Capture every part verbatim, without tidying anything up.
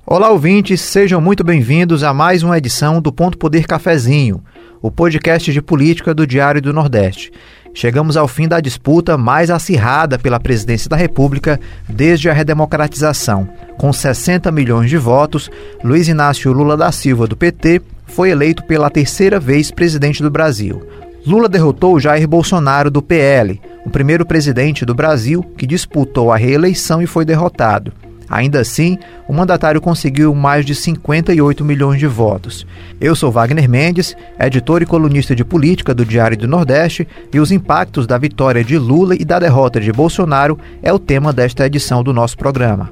Olá, ouvintes, sejam muito bem-vindos a mais uma edição do Ponto Poder Cafezinho, o podcast de política do Diário do Nordeste. Chegamos ao fim da disputa mais acirrada pela presidência da República desde a redemocratização. Com sessenta milhões de votos, Luiz Inácio Lula da Silva, do P T, foi eleito pela terceira vez presidente do Brasil. Lula derrotou Jair Bolsonaro, do P L, o primeiro presidente do Brasil que disputou a reeleição e foi derrotado. Ainda assim, o mandatário conseguiu mais de cinquenta e oito milhões de votos. Eu sou Wagner Mendes, editor e colunista de política do Diário do Nordeste, e os impactos da vitória de Lula e da derrota de Bolsonaro é o tema desta edição do nosso programa.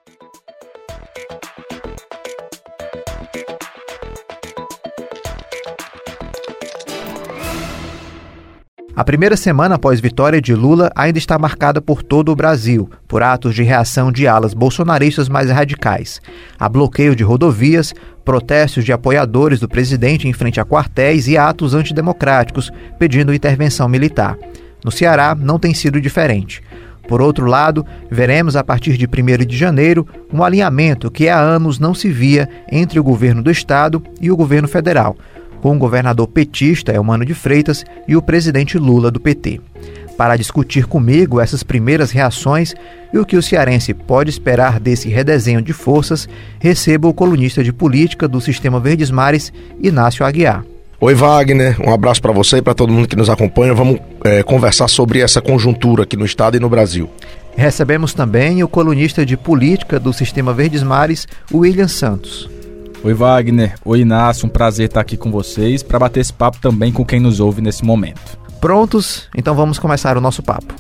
A primeira semana após vitória de Lula ainda está marcada por todo o Brasil, por atos de reação de alas bolsonaristas mais radicais. Há bloqueio de rodovias, protestos de apoiadores do presidente em frente a quartéis e atos antidemocráticos pedindo intervenção militar. No Ceará não tem sido diferente. Por outro lado, veremos a partir de primeiro de janeiro um alinhamento que há anos não se via entre o governo do estado e o governo federal, com o governador petista Eumano de Freitas e o presidente Lula do P T. Para discutir comigo essas primeiras reações e o que o cearense pode esperar desse redesenho de forças, recebo o colunista de política do Sistema Verdes Mares, Inácio Aguiar. Oi, Wagner, um abraço para você e para todo mundo que nos acompanha. Vamos é, conversar sobre essa conjuntura aqui no estado e no Brasil. Recebemos também o colunista de política do Sistema Verdes Mares, William Santos. Oi, Wagner. Oi, Inácio. Um prazer estar aqui com vocês para bater esse papo também com quem nos ouve nesse momento. Prontos? Então vamos começar o nosso papo.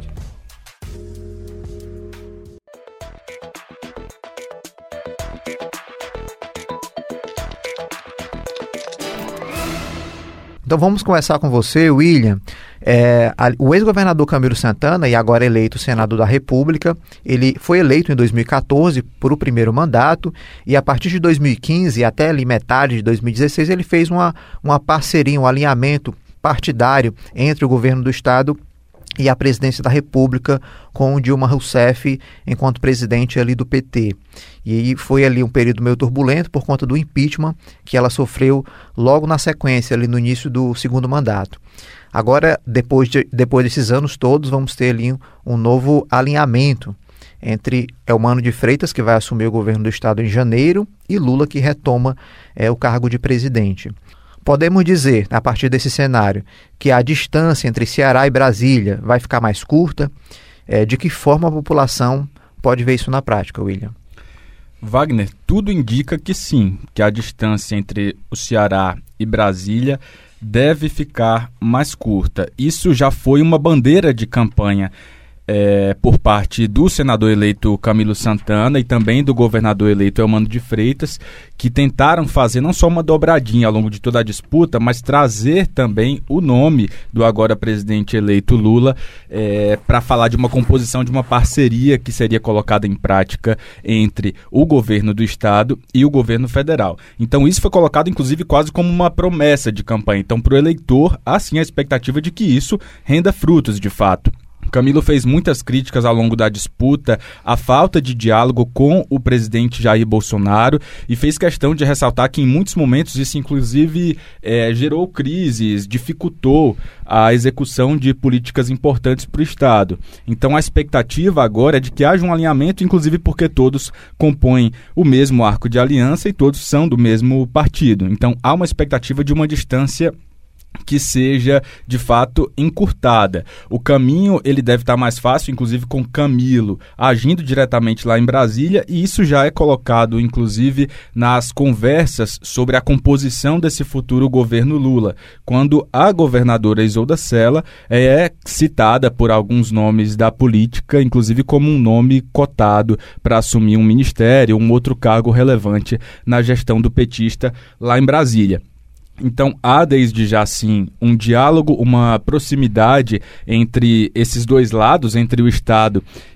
Então vamos começar com você, William. É, a, o ex-governador Camilo Santana, e agora eleito senador da República, ele foi eleito em dois mil e catorze por o primeiro mandato, e a partir de dois mil e quinze até ali metade de dois mil e dezesseis ele fez uma, uma parceria, um alinhamento partidário entre o governo do estado e a presidência da República com Dilma Rousseff enquanto presidente ali do P T. E aí foi ali um período meio turbulento por conta do impeachment que ela sofreu logo na sequência, ali no início do segundo mandato. Agora, depois, de, depois desses anos todos, vamos ter ali um, um novo alinhamento entre Eumano de Freitas, que vai assumir o governo do estado em janeiro, e Lula, que retoma é, o cargo de presidente. Podemos dizer, a partir desse cenário, que a distância entre Ceará e Brasília vai ficar mais curta? É, de que forma a população pode ver isso na prática, William? Wagner, tudo indica que sim, que a distância entre o Ceará e Brasília deve ficar mais curta. Isso já foi uma bandeira de campanha É, por parte do senador eleito Camilo Santana e também do governador eleito Eumano de Freitas, que tentaram fazer não só uma dobradinha ao longo de toda a disputa, mas trazer também o nome do agora presidente eleito Lula é, para falar de uma composição de uma parceria que seria colocada em prática entre o governo do estado e o governo federal. Então isso foi colocado inclusive quase como uma promessa de campanha. Então para o eleitor há sim a expectativa de que isso renda frutos de fato. Camilo fez muitas críticas ao longo da disputa à falta de diálogo com o presidente Jair Bolsonaro e fez questão de ressaltar que em muitos momentos isso inclusive é, gerou crises, dificultou a execução de políticas importantes para o estado. Então a expectativa agora é de que haja um alinhamento, inclusive porque todos compõem o mesmo arco de aliança e todos são do mesmo partido. Então há uma expectativa de uma distância que seja, de fato, encurtada. O caminho ele deve estar mais fácil, inclusive com Camilo agindo diretamente lá em Brasília, e isso já é colocado, inclusive, nas conversas sobre a composição desse futuro governo Lula, quando a governadora Isolda Sela é citada por alguns nomes da política, inclusive como um nome cotado para assumir um ministério, um outro cargo relevante na gestão do petista lá em Brasília. Então há desde já sim um diálogo, uma proximidade entre esses dois lados, entre o Estado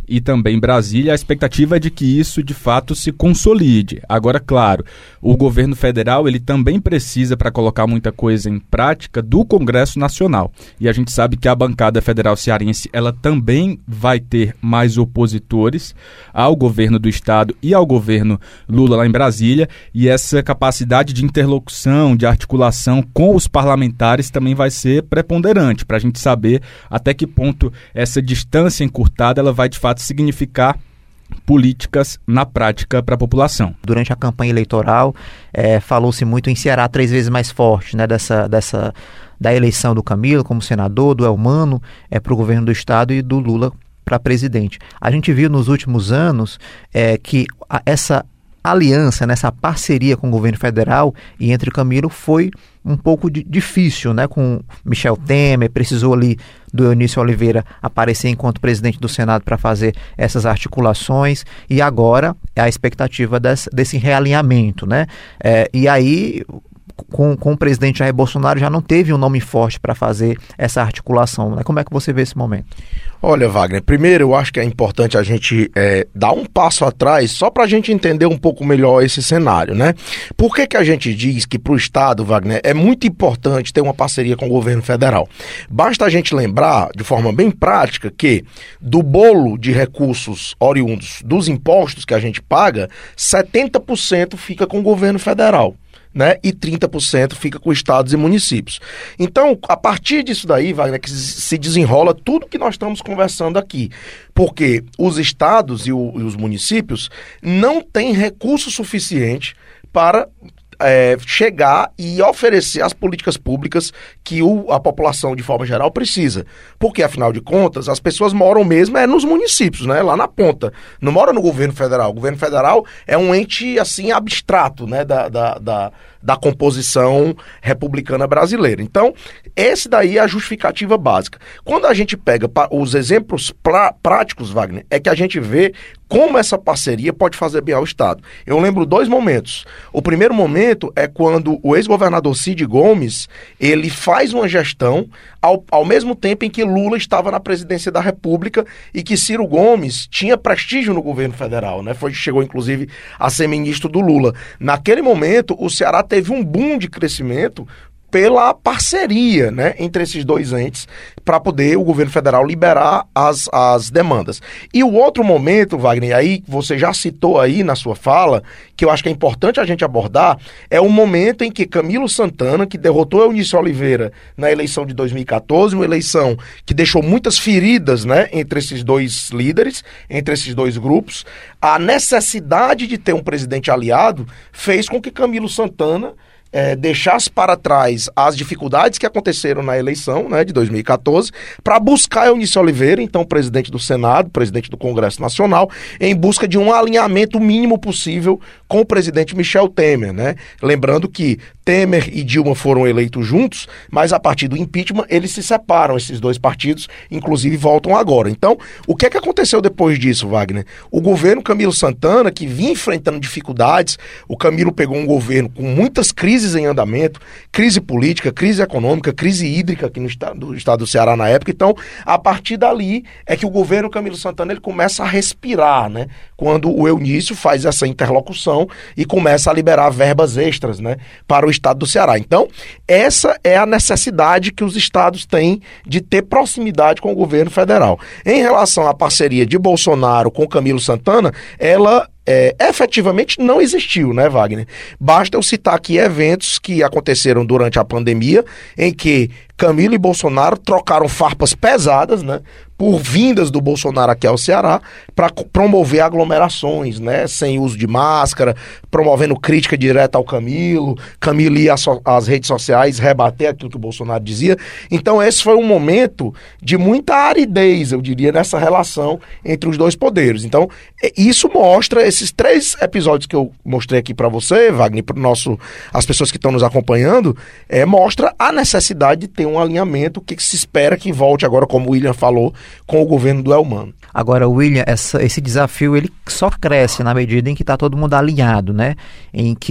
e também Brasília. A expectativa é de que isso de fato se consolide. Agora, claro, o governo federal ele também precisa, para colocar muita coisa em prática, do Congresso Nacional. E a gente sabe que a bancada federal cearense ela também vai ter mais opositores ao governo do estado e ao governo Lula lá em Brasília, e essa capacidade de interlocução, de articulação com os parlamentares também vai ser preponderante para a gente saber até que ponto essa distância encurtada ela vai de fato significar políticas na prática para a população. Durante a campanha eleitoral, é, falou-se muito em Ceará três vezes mais forte, né, dessa, dessa, da eleição do Camilo como senador, do Elmano é, para o governo do estado e do Lula para presidente. A gente viu nos últimos anos é, que a, essa aliança, nessa parceria com o governo federal e entre Camilo foi um pouco de, difícil, né? Com Michel Temer, precisou ali do Eunício Oliveira aparecer enquanto presidente do Senado para fazer essas articulações, e agora é a expectativa desse, desse realinhamento, né? É, e aí Com, com o presidente Jair Bolsonaro já não teve um nome forte para fazer essa articulação, né? Como é que você vê esse momento? Olha, Wagner, primeiro eu acho que é importante a gente é, dar um passo atrás só para a gente entender um pouco melhor esse cenário, né? Por que que a gente diz que para o Estado, Wagner, é muito importante ter uma parceria com o governo federal? Basta a gente lembrar, de forma bem prática, que do bolo de recursos oriundos dos impostos que a gente paga, setenta por cento fica com o governo federal, né? E trinta por cento fica com estados e municípios. Então, a partir disso daí, Wagner, que se desenrola tudo que nós estamos conversando aqui. Porque os estados e, o, e os municípios não têm recurso suficiente para É, chegar e oferecer as políticas públicas que o, a população, de forma geral, precisa. Porque, afinal de contas, as pessoas moram mesmo é nos municípios, né? Lá na ponta. Não mora no governo federal. O governo federal é um ente, assim, abstrato, né? Da, da, da, da composição republicana brasileira. Então, esse daí é a justificativa básica. Quando a gente pega os exemplos pra, práticos, Wagner, é que a gente vê como essa parceria pode fazer bem ao Estado. Eu lembro dois momentos. O primeiro momento é quando o ex-governador Cid Gomes, ele faz uma gestão ao, ao mesmo tempo em que Lula estava na presidência da República e que Ciro Gomes tinha prestígio no governo federal, né? Foi, chegou, inclusive, a ser ministro do Lula. Naquele momento, o Ceará teve um boom de crescimento pela parceria, né, entre esses dois entes para poder o governo federal liberar as, as demandas. E o outro momento, Wagner, aí você já citou aí na sua fala, que eu acho que é importante a gente abordar, é o momento em que Camilo Santana, que derrotou Eunício Oliveira na eleição de dois mil e catorze, uma eleição que deixou muitas feridas, né, entre esses dois líderes, entre esses dois grupos, a necessidade de ter um presidente aliado fez com que Camilo Santana É, deixasse para trás as dificuldades que aconteceram na eleição, né, de dois mil e catorze, para buscar Eunício Oliveira, então presidente do Senado, presidente do Congresso Nacional, em busca de um alinhamento mínimo possível com o presidente Michel Temer, né? Lembrando que Temer e Dilma foram eleitos juntos, mas a partir do impeachment eles se separam, esses dois partidos, inclusive voltam agora. Então, o que é que aconteceu depois disso, Wagner? O governo Camilo Santana, que vinha enfrentando dificuldades, o Camilo pegou um governo com muitas crises em andamento, crise política, crise econômica, crise hídrica aqui no estado, do estado do Ceará na época. Então, a partir dali é que o governo Camilo Santana ele começa a respirar, né? Quando o Eunício faz essa interlocução e começa a liberar verbas extras, né, para o estado do Ceará. Então, essa é a necessidade que os estados têm de ter proximidade com o governo federal. Em relação à parceria de Bolsonaro com Camilo Santana, ela É, efetivamente não existiu, né, Wagner? Basta eu citar aqui eventos que aconteceram durante a pandemia, em que Camilo e Bolsonaro trocaram farpas pesadas, né, por vindas do Bolsonaro aqui ao Ceará, para promover aglomerações, né, sem uso de máscara, promovendo crítica direta ao Camilo, Camilo ia às redes sociais rebater aquilo que o Bolsonaro dizia. Então esse foi um momento de muita aridez, eu diria, nessa relação entre os dois poderes. Então isso mostra, esses três episódios que eu mostrei aqui para você, Wagner, para nosso, as pessoas que estão nos acompanhando, é, mostra a necessidade de ter um alinhamento que se espera que volte agora, como o William falou, com o governo do Elmano. Agora, William, essa, esse desafio ele só cresce na medida em que está todo mundo alinhado, né? Em que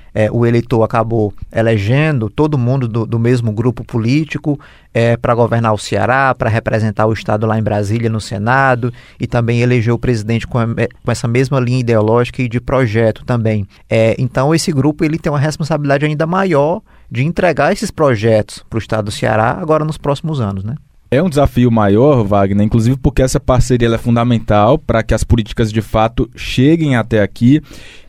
é, o eleitor acabou elegendo todo mundo do, do mesmo grupo político é, para governar o Ceará, para representar o Estado lá em Brasília, no Senado, e também elegeu o presidente com, a, com essa mesma linha ideológica e de projeto também. É, então, esse grupo ele tem uma responsabilidade ainda maior de entregar esses projetos para o Estado do Ceará agora nos próximos anos, né? É um desafio maior, Wagner, inclusive porque essa parceria ela é fundamental para que as políticas de fato cheguem até aqui.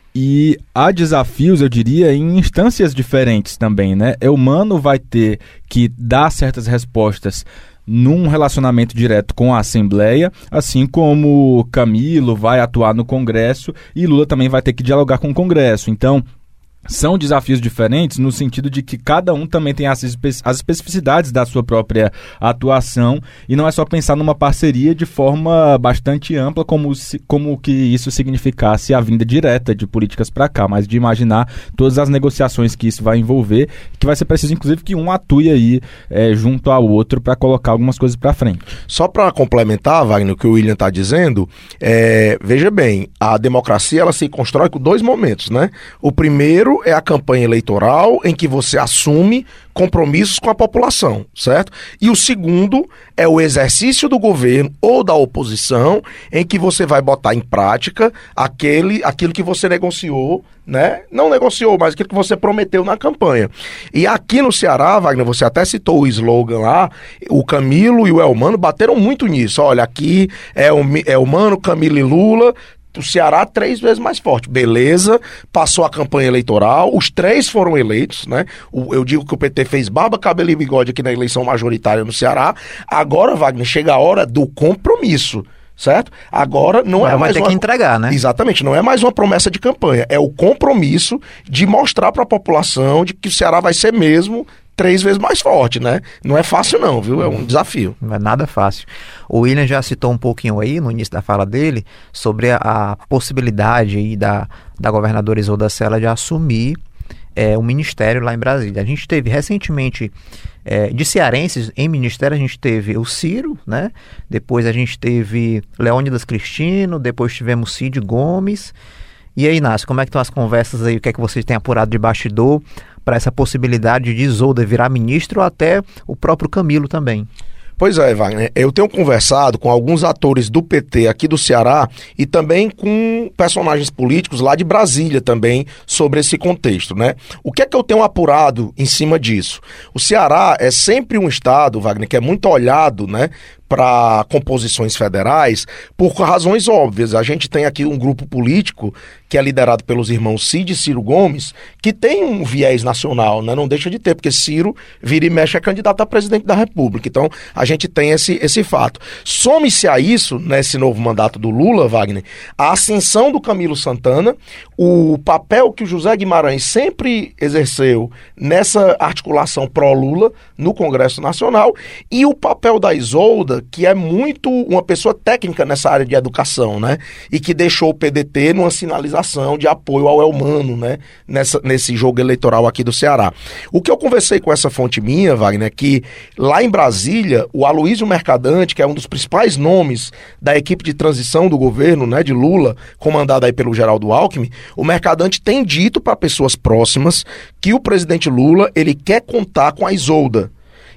E há desafios, eu diria, em instâncias diferentes também, né? Eumano vai ter que dar certas respostas num relacionamento direto com a Assembleia, assim como Camilo vai atuar no Congresso e Lula também vai ter que dialogar com o Congresso. Então, são desafios diferentes no sentido de que cada um também tem as, espe- as especificidades da sua própria atuação e não é só pensar numa parceria de forma bastante ampla como, se, como que isso significasse a vinda direta de políticas para cá, mas de imaginar todas as negociações que isso vai envolver, que vai ser preciso inclusive que um atue aí é, junto ao outro para colocar algumas coisas para frente. Só para complementar, Wagner, o que o William está dizendo, é, veja bem, a democracia ela se constrói com dois momentos, né? O primeiro é a campanha eleitoral, em que você assume compromissos com a população, certo? E o segundo é o exercício do governo ou da oposição, em que você vai botar em prática aquele, aquilo que você negociou, né? Não negociou, mas aquilo que você prometeu na campanha. E aqui no Ceará, Wagner, você até citou o slogan lá, o Camilo e o Eumano bateram muito nisso. Olha, aqui é o Eumano, Camilo e Lula. O Ceará três vezes mais forte. Beleza, passou a campanha eleitoral, os três foram eleitos, né? O, eu digo que o P T fez barba, cabelo e bigode aqui na eleição majoritária no Ceará. Agora, Wagner, chega a hora do compromisso, certo? Agora não Agora é mais vai ter uma... que entregar, né? Exatamente, não é mais uma promessa de campanha, é o compromisso de mostrar para a população de que o Ceará vai ser mesmo três vezes mais forte, né? Não é fácil não, viu? É um desafio. Não é nada fácil. O William já citou um pouquinho aí, no início da fala dele, sobre a, a possibilidade aí da, da governadora Isolda Sela de assumir é, um ministério lá em Brasília. A gente teve recentemente, é, de cearenses em ministério, a gente teve o Ciro, né? Depois a gente teve Leônidas Cristino, depois tivemos Cid Gomes. E aí, Inácio, como é que estão as conversas aí? O que é que vocês têm apurado de bastidor para essa possibilidade de Isolda virar ministro ou até o próprio Camilo também? Pois é, Wagner, eu tenho conversado com alguns atores do P T aqui do Ceará e também com personagens políticos lá de Brasília também sobre esse contexto, né? O que é que eu tenho apurado em cima disso? O Ceará é sempre um estado, Wagner, que é muito olhado, né, para composições federais por razões óbvias. A gente tem aqui um grupo político que é liderado pelos irmãos Cid e Ciro Gomes, que tem um viés nacional, né? Não deixa de ter, porque Ciro vira e mexe é candidato a presidente da República. Então, a gente tem esse, esse fato. Some-se a isso, nesse novo mandato do Lula, Wagner, a ascensão do Camilo Santana, o papel que o José Guimarães sempre exerceu nessa articulação pró-Lula no Congresso Nacional e o papel da Isolda, que é muito uma pessoa técnica nessa área de educação, né? E que deixou o P D T numa sinalização de apoio ao Eumano, né? Nessa, nesse jogo eleitoral aqui do Ceará. O que eu conversei com essa fonte minha, Wagner, é que lá em Brasília, o Aloysio Mercadante, que é um dos principais nomes da equipe de transição do governo, né, de Lula, comandada aí pelo Geraldo Alckmin, o Mercadante tem dito para pessoas próximas que o presidente Lula, ele quer contar com a Isolda.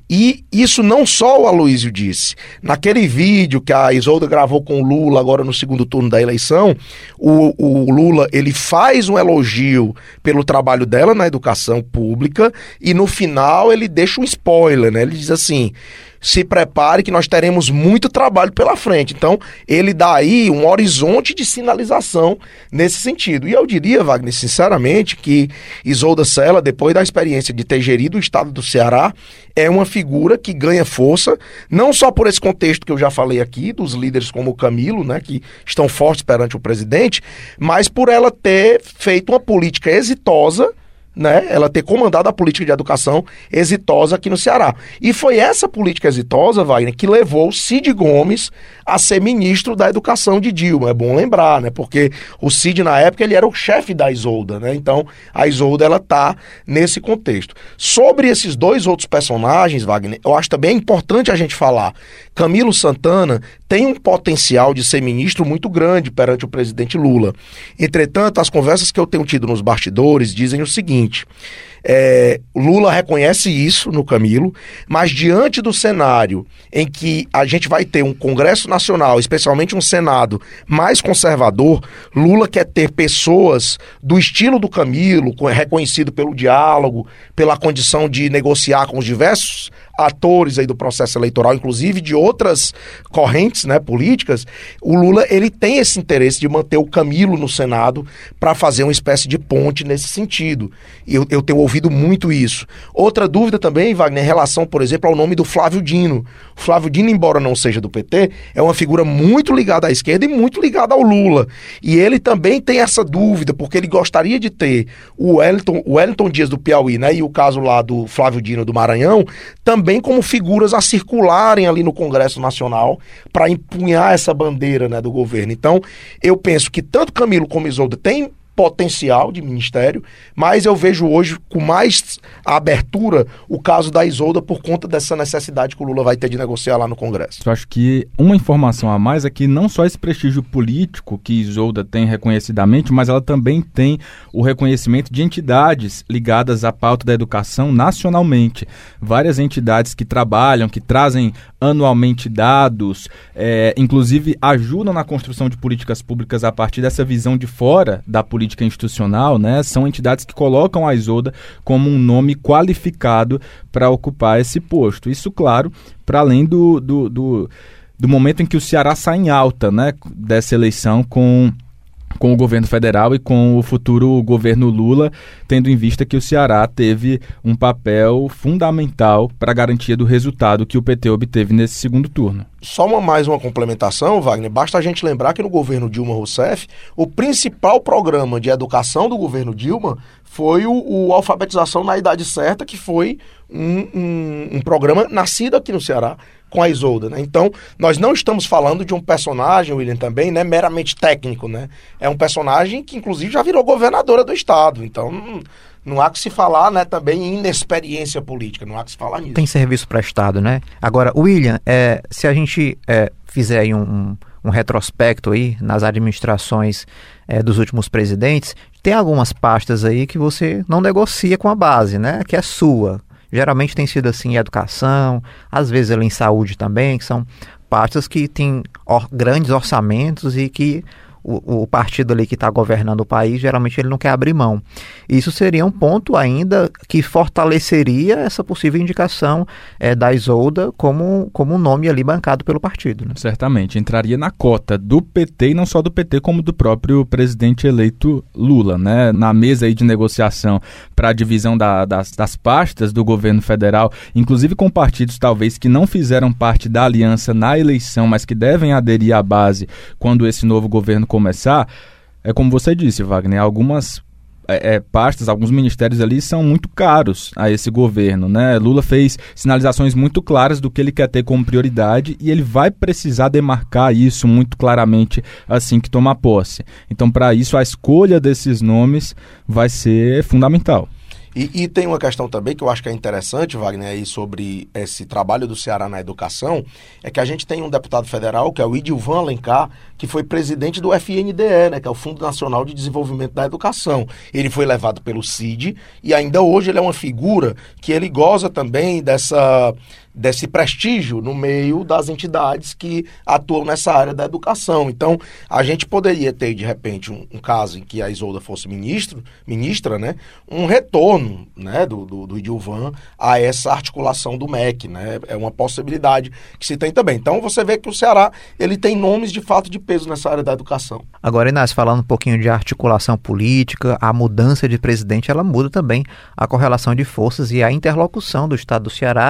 E isso não só o Aloysio disse. Naquele vídeo que a Isolda gravou com o Lula agora no segundo turno da eleição, o, o Lula ele faz um elogio pelo trabalho dela na educação pública e no final ele deixa um spoiler, né? Ele diz assim: se prepare que nós teremos muito trabalho pela frente. Então, ele dá aí um horizonte de sinalização nesse sentido. E eu diria, Wagner, sinceramente, que Isolda Sela, depois da experiência de ter gerido o estado do Ceará, é uma figura que ganha força, não só por esse contexto que eu já falei aqui, dos líderes como o Camilo, né, que estão fortes perante o presidente, mas por ela ter feito uma política exitosa, né, ela ter comandado a política de educação exitosa aqui no Ceará. E foi essa política exitosa, Wagner, que levou Cid Gomes a ser ministro da Educação de Dilma, é bom lembrar, né? Porque o Cid, na época, ele era o chefe da Isolda, né? Então, a Isolda, ela tá nesse contexto. Sobre esses dois outros personagens, Wagner, eu acho também importante a gente falar. Camilo Santana tem um potencial de ser ministro muito grande perante o presidente Lula. Entretanto, as conversas que eu tenho tido nos bastidores dizem o seguinte: é, Lula reconhece isso no Camilo, mas diante do cenário em que a gente vai ter um Congresso Nacional, especialmente um Senado mais conservador, Lula quer ter pessoas do estilo do Camilo, reconhecido pelo diálogo, pela condição de negociar com os diversos atores aí do processo eleitoral, inclusive de outras correntes, né, políticas. O Lula, ele tem esse interesse de manter o Camilo no Senado para fazer uma espécie de ponte nesse sentido. Eu, eu tenho ouvido muito isso. Outra dúvida também, Wagner, em relação, por exemplo, ao nome do Flávio Dino. O Flávio Dino, embora não seja do P T, é uma figura muito ligada à esquerda e muito ligada ao Lula. E ele também tem essa dúvida, porque ele gostaria de ter o Wellington, o Wellington Dias do Piauí, né, e o caso lá do Flávio Dino do Maranhão, também como figuras a circularem ali no Congresso Nacional para empunhar essa bandeira, né, do governo. Então, eu penso que tanto Camilo como Isolda têm potencial de ministério, mas eu vejo hoje com mais abertura o caso da Isolda por conta dessa necessidade que o Lula vai ter de negociar lá no Congresso. Eu acho que uma informação a mais é que não só esse prestígio político que Isolda tem reconhecidamente, mas ela também tem o reconhecimento de entidades ligadas à pauta da educação nacionalmente. Várias entidades que trabalham, que trazem anualmente dados, é, inclusive ajudam na construção de políticas públicas a partir dessa visão de fora da política política institucional, né, são entidades que colocam a Isolda como um nome qualificado para ocupar esse posto. Isso, claro, para além do, do, do, do momento em que o Ceará sai em alta, né, dessa eleição com... com o governo federal e com o futuro governo Lula, tendo em vista que o Ceará teve um papel fundamental para a garantia do resultado que o P T obteve nesse segundo turno. Só uma, mais uma complementação, Wagner, basta a gente lembrar que no governo Dilma Rousseff, o principal programa de educação do governo Dilma foi o, o Alfabetização na Idade Certa, que foi um, um, um programa nascido aqui no Ceará, com a Isolda, né? Então, nós não estamos falando de um personagem, William, também, né, meramente técnico, né? É um personagem que, inclusive, já virou governadora do estado. Então, não, não há que se falar, né, também em inexperiência política, não há que se falar nisso. Tem serviço prestado, né? Agora, William, é, se a gente é, fizer aí um, um, um retrospecto aí nas administrações é, dos últimos presidentes, tem algumas pastas aí que você não negocia com a base, né? Que é sua. Geralmente tem sido assim em educação, às vezes ali em saúde também, que são pastas que têm or- grandes orçamentos e que o, o partido ali que está governando o país, geralmente ele não quer abrir mão. Isso seria um ponto ainda que fortaleceria essa possível indicação é, da Isolda como, como um nome ali bancado pelo partido, né? Certamente, entraria na cota do P T e não só do P T, como do próprio presidente eleito Lula, né? Na mesa aí de negociação para a divisão da, das, das pastas do governo federal, inclusive com partidos talvez que não fizeram parte da aliança na eleição, mas que devem aderir à base quando esse novo governo começar, é como você disse, Wagner, algumas é, é, pastas, alguns ministérios ali são muito caros a esse governo, né? Lula fez sinalizações muito claras do que ele quer ter como prioridade e ele vai precisar demarcar isso muito claramente assim que tomar posse. Então, para isso, a escolha desses nomes vai ser fundamental. E, e tem uma questão também que eu acho que é interessante, Wagner, aí sobre esse trabalho do Ceará na educação, é que a gente tem um deputado federal, que é o Idilvan Alencar, que foi presidente do F N D E, né, que é o Fundo Nacional de Desenvolvimento da Educação. Ele foi levado pelo Cid e ainda hoje ele é uma figura que ele goza também dessa... desse prestígio no meio das entidades que atuam nessa área da educação. Então, a gente poderia ter, de repente, um, um caso em que a Isolda fosse ministro, ministra, né, um retorno, né, do, do, do Idilvan a essa articulação do M E C, né, é uma possibilidade que se tem também. Então, você vê que o Ceará, ele tem nomes, de fato, de peso nessa área da educação. Agora, Inácio, falando um pouquinho de articulação política, a mudança de presidente, ela muda também a correlação de forças e a interlocução do Estado do Ceará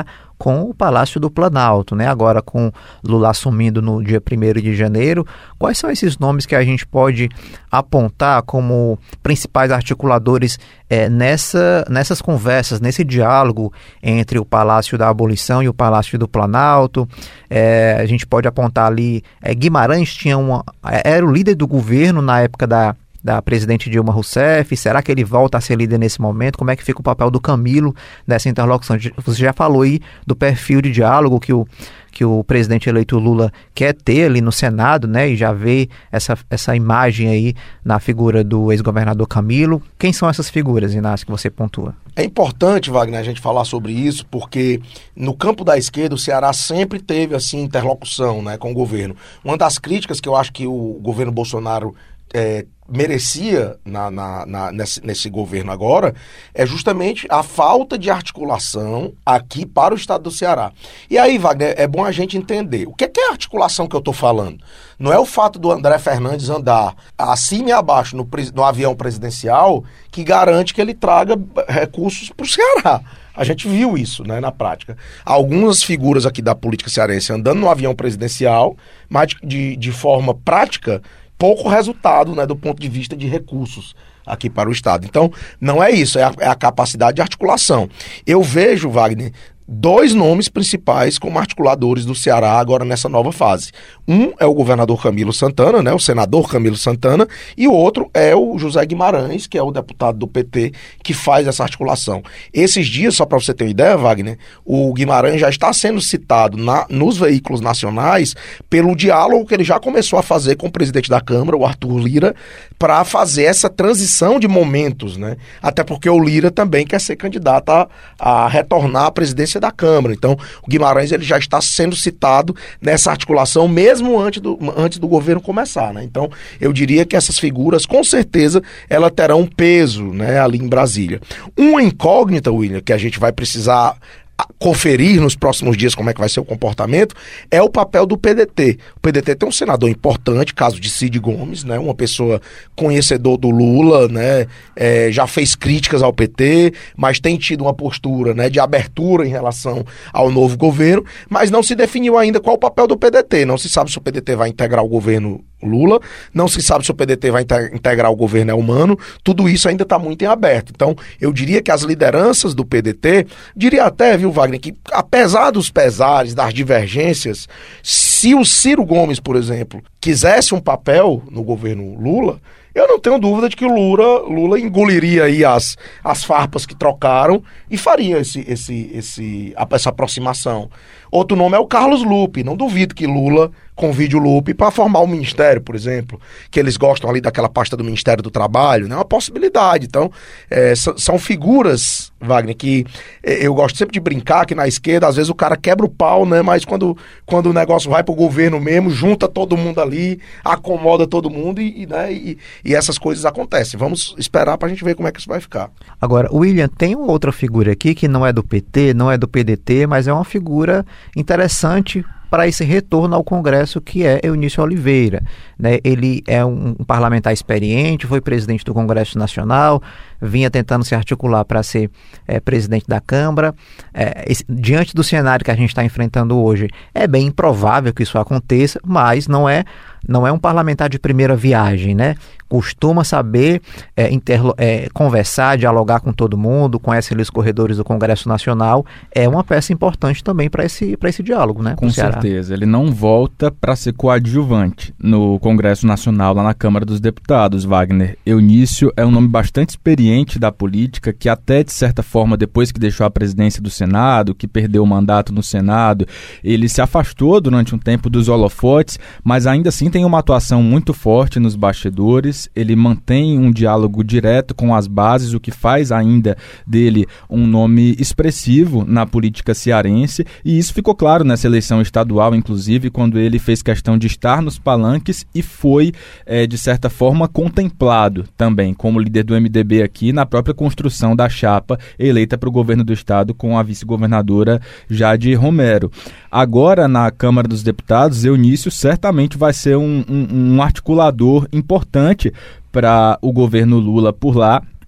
com o Palácio do Planalto, né? Agora com Lula assumindo no dia primeiro de janeiro. Quais são esses nomes que a gente pode apontar como principais articuladores é, nessa, nessas conversas, nesse diálogo entre o Palácio da Abolição e o Palácio do Planalto? É, a gente pode apontar ali, é, Guimarães tinha uma, era o líder do governo na época da da presidente Dilma Rousseff. Será que ele volta a ser líder nesse momento? Como é que fica o papel do Camilo nessa interlocução? Você já falou aí do perfil de diálogo que o, que o presidente eleito Lula quer ter ali no Senado, né? E já vê essa, essa imagem aí na figura do ex-governador Camilo. Quem são essas figuras, Inácio, que você pontua? É importante, Wagner, a gente falar sobre isso, porque no campo da esquerda o Ceará sempre teve assim interlocução, né, com o governo. Uma das críticas que eu acho que o governo Bolsonaro é, merecia na, na, na, nesse, nesse governo agora é justamente a falta de articulação aqui para o estado do Ceará. E aí, Wagner, é bom a gente entender. O que é, que é a articulação que eu estou falando? Não é o fato do André Fernandes andar acima e abaixo no, no avião presidencial que garante que ele traga recursos para o Ceará. A gente viu isso, né, na prática. Algumas figuras aqui da política cearense andando no avião presidencial, mas de, de, de forma prática, pouco resultado, né, do ponto de vista de recursos aqui para o Estado. Então, não é isso, é a, é a capacidade de articulação. Eu vejo, Wagner, dois nomes principais como articuladores do Ceará agora nessa nova fase. Um é o governador Camilo Santana, né, o senador Camilo Santana, e o outro é o José Guimarães, que é o deputado do P T, que faz essa articulação. Esses dias, só para você ter uma ideia, Wagner, o Guimarães já está sendo citado na, nos veículos nacionais pelo diálogo que ele já começou a fazer com o presidente da Câmara, o Arthur Lira, para fazer essa transição de momentos, né? Até porque o Lira também quer ser candidato a, a retornar à presidência da Câmara. Então, o Guimarães ele já está sendo citado nessa articulação mesmo antes do, antes do governo começar, né? Então, eu diria que essas figuras, com certeza, elas terão um peso, né, ali em Brasília. Uma incógnita, William, que a gente vai precisar conferir nos próximos dias como é que vai ser o comportamento, é o papel do P D T. O P D T tem um senador importante, caso de Cid Gomes, né, uma pessoa conhecedor do Lula, né, é, já fez críticas ao P T, mas tem tido uma postura, né, de abertura em relação ao novo governo, mas não se definiu ainda qual o papel do P D T. Não se sabe se o P D T vai integrar o governo Lula, não se sabe se o P D T vai integrar o governo Elmano, tudo isso ainda está muito em aberto. Então, eu diria que as lideranças do P D T, diria até, viu, Wagner, que apesar dos pesares, das divergências, se o Ciro Gomes, por exemplo, quisesse um papel no governo Lula, eu não tenho dúvida de que o Lula, Lula engoliria aí as, as farpas que trocaram e faria esse, esse, esse, essa aproximação. Outro nome é o Carlos Lupe. Não duvido que Lula convide o Lupe para formar um ministério, por exemplo, que eles gostam ali daquela pasta do Ministério do Trabalho, né? É uma possibilidade. Então, é, são, são figuras, Wagner, que é, eu gosto sempre de brincar que na esquerda, às vezes o cara quebra o pau, né? Mas quando, quando o negócio vai para o governo mesmo, junta todo mundo ali, acomoda todo mundo e, e, né? e, e essas coisas acontecem. Vamos esperar para a gente ver como é que isso vai ficar. Agora, William, tem uma outra figura aqui que não é do P T, não é do P D T, mas é uma figura interessante para esse retorno ao Congresso, que é Eunício Oliveira, né? Ele é um, um parlamentar experiente, foi presidente do Congresso Nacional, vinha tentando se articular para ser é, presidente da Câmara. É, esse, diante do cenário que a gente está enfrentando hoje, é bem improvável que isso aconteça, mas não é, não é um parlamentar de primeira viagem, né? Costuma saber é, interlo- é, conversar, dialogar com todo mundo, conhece ali os corredores do Congresso Nacional, é uma peça importante também para esse, para esse diálogo, né? Com certeza, ele não volta para ser coadjuvante no Congresso Nacional, lá na Câmara dos Deputados, Wagner. Eunício é um nome bastante experiente da política, que até, de certa forma, depois que deixou a presidência do Senado, que perdeu o mandato no Senado, ele se afastou durante um tempo dos holofotes, mas ainda assim tem uma atuação muito forte nos bastidores. Ele mantém um diálogo direto com as bases, o que faz ainda dele um nome expressivo na política cearense, e isso ficou claro nessa eleição estadual, inclusive, quando ele fez questão de estar nos palanques e foi, é, de certa forma, contemplado também como líder do M D B aqui na própria construção da chapa eleita para o governo do estado com a vice-governadora Jade Romero. Agora, na Câmara dos Deputados, Eunício certamente vai ser um, um, um articulador importante para o governo Lula por lá.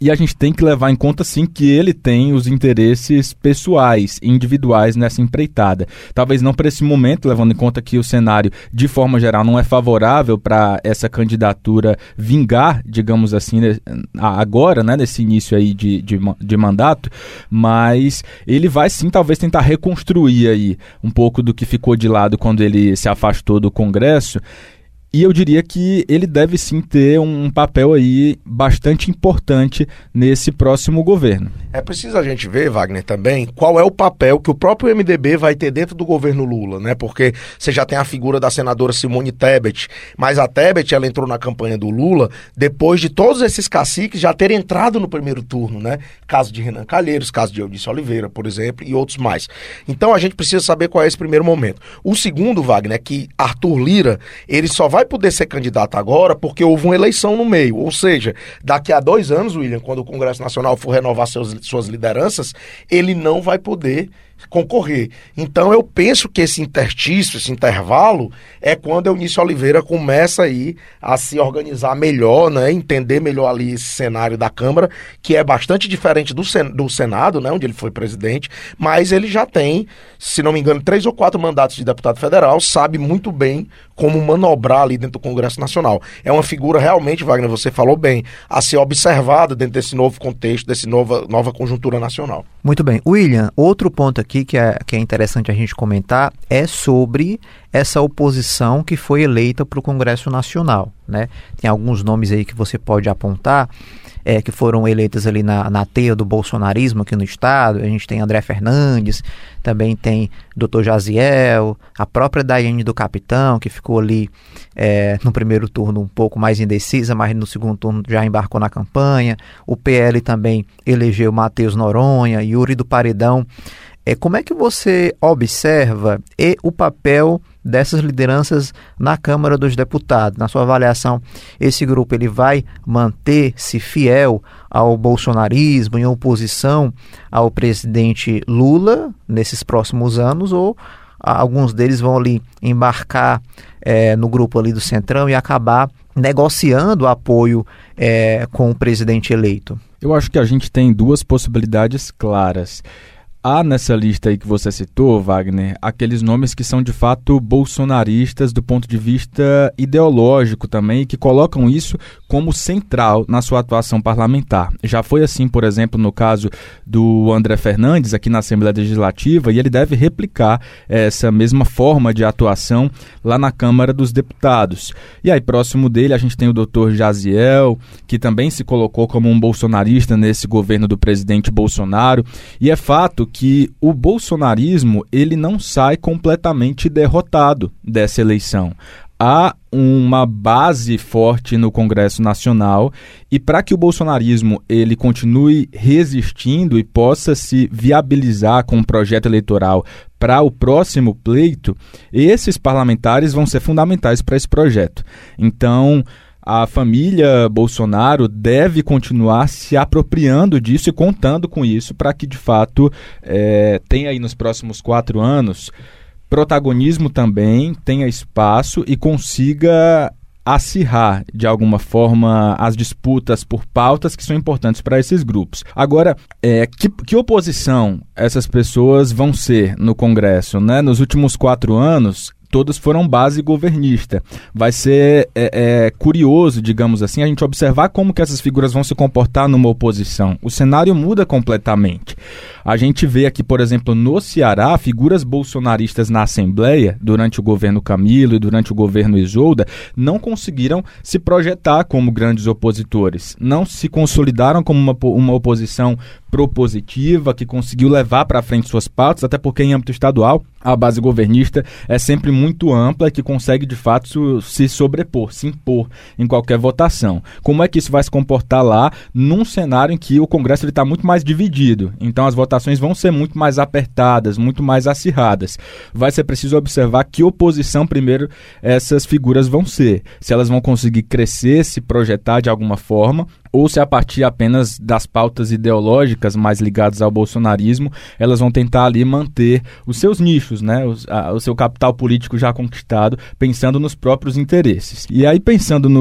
E a gente tem que levar em conta, sim, que ele tem os interesses pessoais, individuais nessa empreitada. Talvez não para esse momento, levando em conta que o cenário, de forma geral, não é favorável para essa candidatura vingar, digamos assim, agora, né, nesse início aí de, de, de mandato, mas ele vai, sim, talvez tentar reconstruir aí um pouco do que ficou de lado quando ele se afastou do Congresso. E eu diria que ele deve sim ter um papel aí bastante importante nesse próximo governo. É preciso a gente ver, Wagner, também qual é o papel que o próprio M D B vai ter dentro do governo Lula, né? Porque você já tem a figura da senadora Simone Tebet, mas a Tebet, ela entrou na campanha do Lula depois de todos esses caciques já terem entrado no primeiro turno, né? Caso de Renan Calheiros, caso de Eunice Oliveira, por exemplo, e outros mais. Então a gente precisa saber qual é esse primeiro momento. O segundo, Wagner, é que Arthur Lira, ele só vai poder ser candidato agora porque houve uma eleição no meio, ou seja, daqui a dois anos, William, quando o Congresso Nacional for renovar seus, suas lideranças, ele não vai poder concorrer. Então eu penso que esse interstício, esse intervalo, é quando a Eunice Oliveira começa aí a se organizar melhor, né, entender melhor ali esse cenário da Câmara, que é bastante diferente do, Sen- do Senado, né, onde ele foi presidente, mas ele já tem, se não me engano, três ou quatro mandatos de deputado federal, sabe muito bem como manobrar ali dentro do Congresso Nacional. É uma figura realmente, Wagner, você falou bem, a ser observada dentro desse novo contexto, dessa nova, nova conjuntura nacional. Muito bem. William, outro ponto aqui que é, que é interessante a gente comentar é sobre essa oposição que foi eleita para o Congresso Nacional, né? Tem alguns nomes aí que você pode apontar, é, que foram eleitas ali na, na teia do bolsonarismo aqui no estado. A gente tem André Fernandes, também tem doutor Jaziel, a própria Daiane do Capitão, que ficou ali é, no primeiro turno um pouco mais indecisa, mas no segundo turno já embarcou na campanha. O P L também elegeu Matheus Noronha, Yuri do Paredão. É, como é que você observa e o papel dessas lideranças na Câmara dos Deputados? Na sua avaliação, esse grupo ele vai manter-se fiel ao bolsonarismo, em oposição ao presidente Lula nesses próximos anos, ou alguns deles vão ali embarcar é, no grupo ali do Centrão e acabar negociando apoio é, com o presidente eleito? Eu acho que a gente tem duas possibilidades claras. Há nessa lista aí que você citou, Wagner, aqueles nomes que são de fato bolsonaristas do ponto de vista ideológico também, e que colocam isso como central na sua atuação parlamentar. Já foi assim, por exemplo, no caso do André Fernandes, aqui na Assembleia Legislativa, e ele deve replicar essa mesma forma de atuação lá na Câmara dos Deputados. E aí, próximo dele, a gente tem o doutor Jaziel, que também se colocou como um bolsonarista nesse governo do presidente Bolsonaro, e é fato que o bolsonarismo ele não sai completamente derrotado dessa eleição. Há uma base forte no Congresso Nacional, e para que o bolsonarismo ele continue resistindo e possa se viabilizar com um projeto eleitoral para o próximo pleito, esses parlamentares vão ser fundamentais para esse projeto. Então, a família Bolsonaro deve continuar se apropriando disso e contando com isso para que, de fato, é, tenha aí nos próximos quatro anos protagonismo também, tenha espaço e consiga acirrar, de alguma forma, as disputas por pautas que são importantes para esses grupos. Agora, é, que, que oposição essas pessoas vão ser no Congresso, né? Nos últimos quatro anos, todos foram base governista. Vai ser é, é, curioso, digamos assim, a gente observar como que essas figuras vão se comportar numa oposição. O cenário muda completamente. A gente vê aqui, por exemplo, no Ceará, figuras bolsonaristas na Assembleia, durante o governo Camilo e durante o governo Isolda, não conseguiram se projetar como grandes opositores. Não se consolidaram como uma, uma oposição propositiva, que conseguiu levar para frente suas pautas, até porque em âmbito estadual a base governista é sempre muito ampla e que consegue de fato se sobrepor, se impor em qualquer votação. Como é que isso vai se comportar lá num cenário em que o Congresso está muito mais dividido? Então as votações vão ser muito mais apertadas, muito mais acirradas. Vai ser preciso observar que oposição primeiro essas figuras vão ser. Se elas vão conseguir crescer, se projetar de alguma forma, ou se a partir apenas das pautas ideológicas mais ligadas ao bolsonarismo, elas vão tentar ali manter os seus nichos, né? Os, a, o seu capital político já conquistado, pensando nos próprios interesses. E aí, pensando nos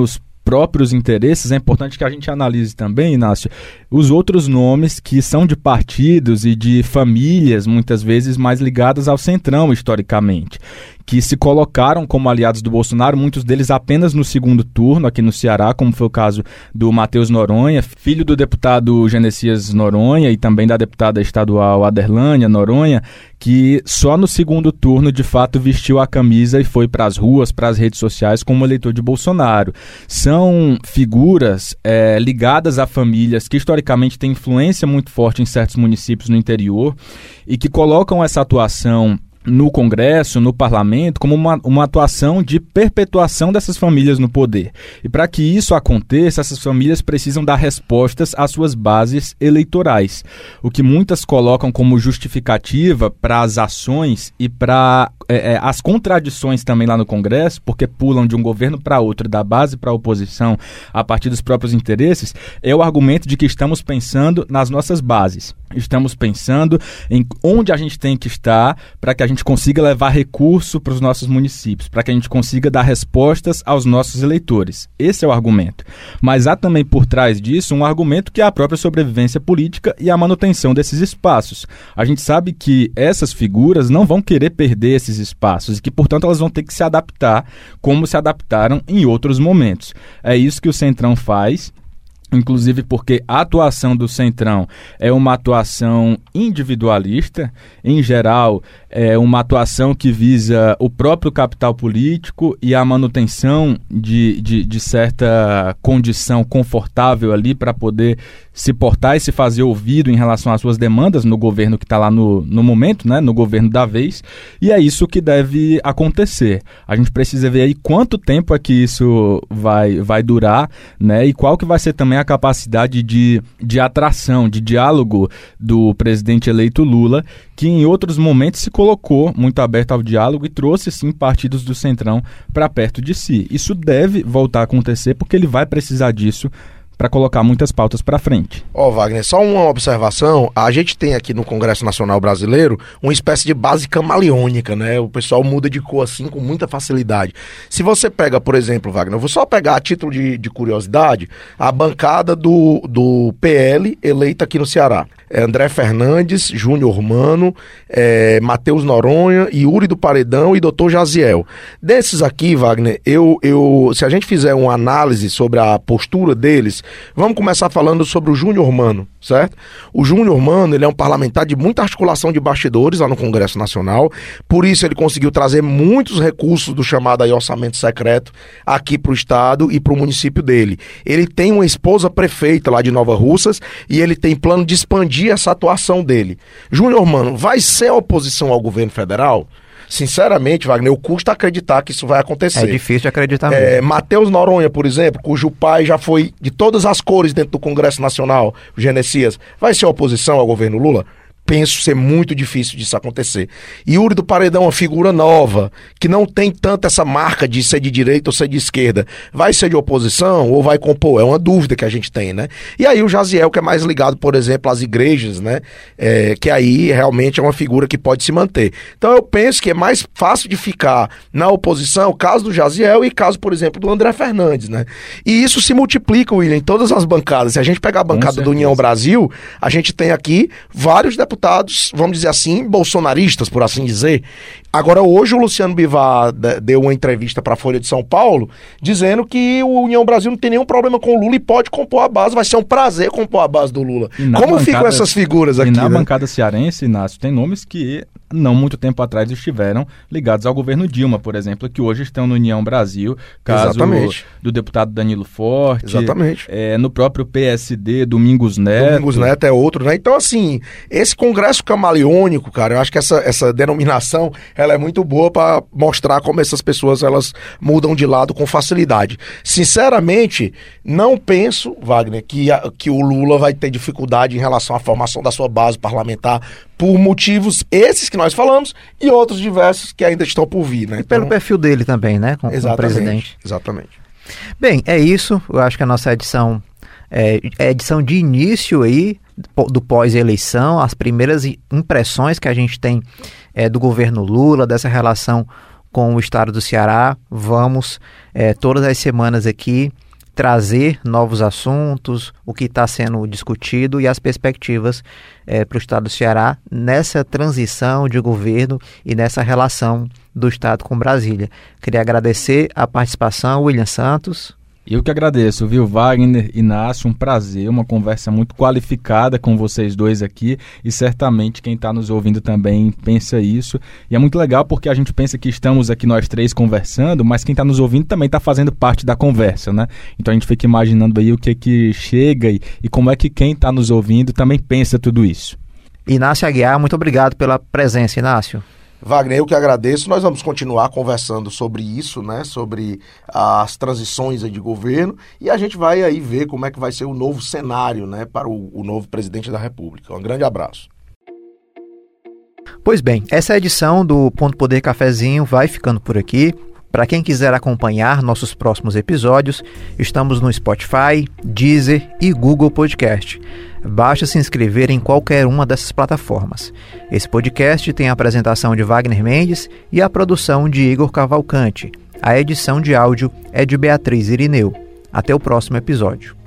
próprios interesses, é importante que a gente analise também, Inácio, os outros nomes que são de partidos e de famílias, muitas vezes mais ligadas ao Centrão, historicamente, que se colocaram como aliados do Bolsonaro, muitos deles apenas no segundo turno, aqui no Ceará, como foi o caso do Matheus Noronha, filho do deputado Genesias Noronha e também da deputada estadual Aderlânia Noronha, que só no segundo turno, de fato, vestiu a camisa e foi para as ruas, para as redes sociais como eleitor de Bolsonaro. São figuras é, ligadas a famílias que historicamente têm influência muito forte em certos municípios no interior e que colocam essa atuação no Congresso, no Parlamento, como uma, uma atuação de perpetuação dessas famílias no poder. E para que isso aconteça, essas famílias precisam dar respostas às suas bases eleitorais, o que muitas colocam como justificativa para as ações e para é, é, as contradições também lá no Congresso, porque pulam de um governo para outro, da base para a oposição, a partir dos próprios interesses, é o argumento de que estamos pensando nas nossas bases. Estamos pensando em onde a gente tem que estar para que a gente consiga levar recurso para os nossos municípios, para que a gente consiga dar respostas aos nossos eleitores. Esse é o argumento. Mas há também por trás disso um argumento que é a própria sobrevivência política e a manutenção desses espaços. A gente sabe que essas figuras não vão querer perder esses espaços e que, portanto, elas vão ter que se adaptar como se adaptaram em outros momentos. É isso que o Centrão faz. Inclusive porque a atuação do Centrão é uma atuação individualista, em geral é uma atuação que visa o próprio capital político e a manutenção de, de, de certa condição confortável ali para poder se portar e se fazer ouvido em relação às suas demandas no governo que está lá no, no momento, né, no governo da vez, e é isso que deve acontecer. A gente precisa ver aí quanto tempo é que isso vai, vai durar, né, e qual que vai ser também a capacidade de, de atração, de diálogo do presidente eleito Lula, que em outros momentos se colocou muito aberto ao diálogo e trouxe sim partidos do Centrão para perto de si. Isso deve voltar a acontecer porque ele vai precisar disso para colocar muitas pautas para frente. Ó, oh, Wagner, só uma observação, a gente tem aqui no Congresso Nacional Brasileiro uma espécie de base camaleônica, né? O pessoal muda de cor assim com muita facilidade. Se você pega, por exemplo, Wagner, eu vou só pegar a título de, de curiosidade, a bancada do, do P L eleita aqui no Ceará. É André Fernandes, Júnior Mano, é, Matheus Noronha, Yuri do Paredão e doutor Jaziel. Desses aqui, Wagner, eu, eu, se a gente fizer uma análise sobre a postura deles, vamos começar falando sobre o Júnior Mano, certo? O Júnior Mano, ele é um parlamentar de muita articulação de bastidores lá no Congresso Nacional, por isso ele conseguiu trazer muitos recursos do chamado aí orçamento secreto aqui para o estado e para o município dele. Ele tem uma esposa prefeita lá de Nova Russas e ele tem plano de expandir essa atuação dele. Júnior Mano, vai ser oposição ao governo federal? Sinceramente, Wagner, eu custa acreditar que isso vai acontecer. É difícil de acreditar mesmo. É, Matheus Noronha, por exemplo, cujo pai já foi de todas as cores dentro do Congresso Nacional, o Genesias, vai ser oposição ao governo Lula? Penso ser muito difícil disso acontecer. Yuri do Paredão é uma figura nova, que não tem tanto essa marca de ser de direita ou ser de esquerda. Vai ser de oposição ou vai compor? É uma dúvida que a gente tem, né? E aí o Jaziel, que é mais ligado, por exemplo, às igrejas, né? É, que aí realmente é uma figura que pode se manter. Então eu penso que é mais fácil de ficar na oposição, caso do Jaziel e caso, por exemplo, do André Fernandes, né? E isso se multiplica, William, em todas as bancadas. Se a gente pegar a bancada do União Brasil, a gente tem aqui vários deputados deputados, vamos dizer assim, bolsonaristas, por assim dizer. Agora, hoje o Luciano Bivar deu uma entrevista para a Folha de São Paulo, dizendo que o União Brasil não tem nenhum problema com o Lula e pode compor a base, vai ser um prazer compor a base do Lula. Como bancada, ficam essas figuras aqui, E na né? bancada cearense, Inácio, tem nomes que não muito tempo atrás estiveram ligados ao governo Dilma, por exemplo, que hoje estão no União Brasil, caso Exatamente. do deputado Danilo Forte, Exatamente. É, no próprio P S D, Domingos Neto. Domingos Neto é outro, né? Então, assim, esse Congresso camaleônico, cara, eu acho que essa, essa denominação, ela é muito boa para mostrar como essas pessoas, elas mudam de lado com facilidade. Sinceramente, não penso, Wagner, que, a, que o Lula vai ter dificuldade em relação à formação da sua base parlamentar por motivos esses que nós falamos e outros diversos que ainda estão por vir, né? E pelo então, perfil dele também, né? Com, com o presidente. Exatamente. Bem, é isso. Eu acho que a nossa edição é, é edição de início aí do pós-eleição, as primeiras impressões que a gente tem é, do governo Lula, dessa relação com o estado do Ceará. Vamos é, todas as semanas aqui trazer novos assuntos, o que está sendo discutido e as perspectivas é, para o Estado do Ceará nessa transição de governo e nessa relação do Estado com Brasília. Queria agradecer a participação, William Santos. Eu que agradeço, viu, Wagner, Inácio, um prazer, uma conversa muito qualificada com vocês dois aqui e certamente quem está nos ouvindo também pensa isso. E é muito legal porque a gente pensa que estamos aqui nós três conversando, mas quem está nos ouvindo também está fazendo parte da conversa, né? Então a gente fica imaginando aí o que que chega e, e como é que quem está nos ouvindo também pensa tudo isso. Inácio Aguiar, muito obrigado pela presença, Inácio. Wagner, eu que agradeço. Nós vamos continuar conversando sobre isso, né? Sobre as transições aí de governo e a gente vai aí ver como é que vai ser o novo cenário, né? Para o, o novo presidente da República. Um grande abraço. Pois bem, essa edição do Ponto Poder Cafezinho vai ficando por aqui. Para quem quiser acompanhar nossos próximos episódios, estamos no Spotify, Deezer e Google Podcast. Basta se inscrever em qualquer uma dessas plataformas. Esse podcast tem a apresentação de Wagner Mendes e a produção de Igor Cavalcante. A edição de áudio é de Beatriz Irineu. Até o próximo episódio.